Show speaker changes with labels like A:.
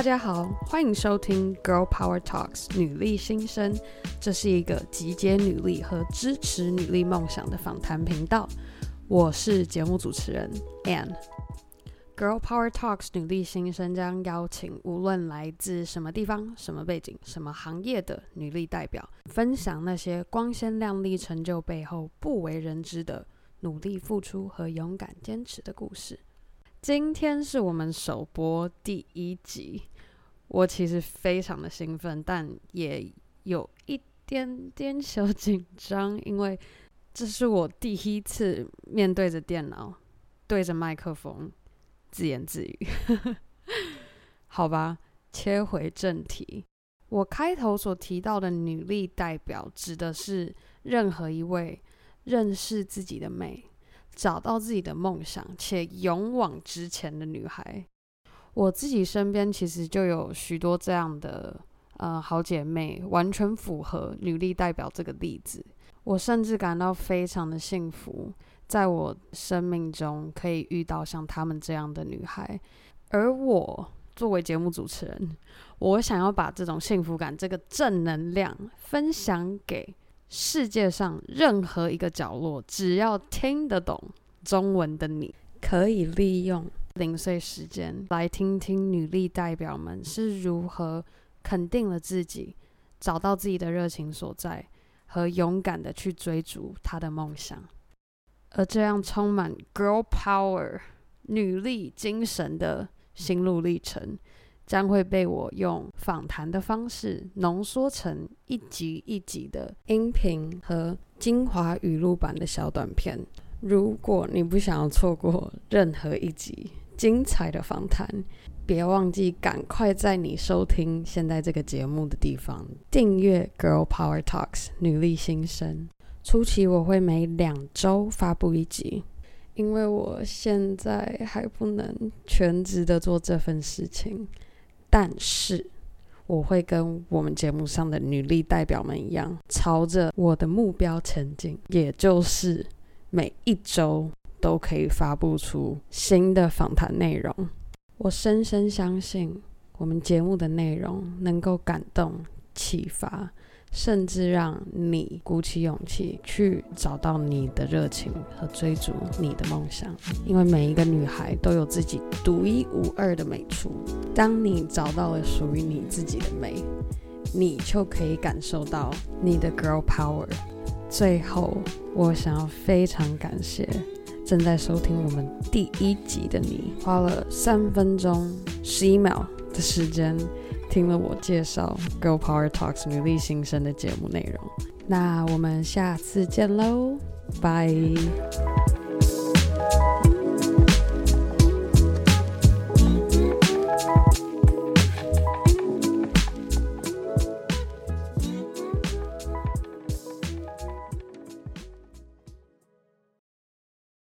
A: 家好，欢迎收听 Girl Power Talks 女力新生，这是一个集结女力和支持女力梦想的访谈频道。我是节目主持人 Ann。Girl Power Talks 女力新生将邀请无论来自什么地方、什么背景、什么行业的女力代表，分享那些光鲜亮丽成就背后不为人知的努力付出和勇敢坚持的故事。今天是我们首播第1集，我其实非常的兴奋，但也有一点点小紧张，因为这是我第一次面对着电脑，对着麦克风自言自语。好吧，切回正题。我开头所提到的女力代表，指的是任何一位认识自己的美，找到自己的梦想且勇往直前的女孩。我自己身边其实就有许多这样的好姐妹，完全符合女力代表这个例子。我甚至感到非常的幸福，在我生命中可以遇到像她们这样的女孩。而我作为节目主持人，我想要把这种幸福感、这个正能量分享给世界上任何一个角落，只要听得懂中文的你，可以利用零碎时间来听听女力代表们是如何肯定了自己，找到自己的热情所在，和勇敢的去追逐她的梦想。而这样充满 girl power 女力精神的心路历程，将会被我用访谈的方式浓缩成一集一集的音频和精华语录版的小短片。如果你不想要错过任何一集精彩的访谈，别忘记赶快在你收听现在这个节目的地方订阅 Girl Power Talks 女力新生。初期我会每2周发布一集，因为我现在还不能全职的做这份事情，但是我会跟我们节目上的女力代表们一样，朝着我的目标前进，也就是每1周都可以发布出新的访谈内容。我深深相信我们节目的内容能够感动、启发，甚至让你鼓起勇气去找到你的热情和追逐你的梦想。因为每一个女孩都有自己独一无二的美处，当你找到了属于你自己的美，你就可以感受到你的 girl power。 最后我想要非常感谢正在收听我们第1集的你，花了3分钟11秒的时间听了我介绍 Girl Power Talks 女力新生的节目内容。那我们下次见喽，拜。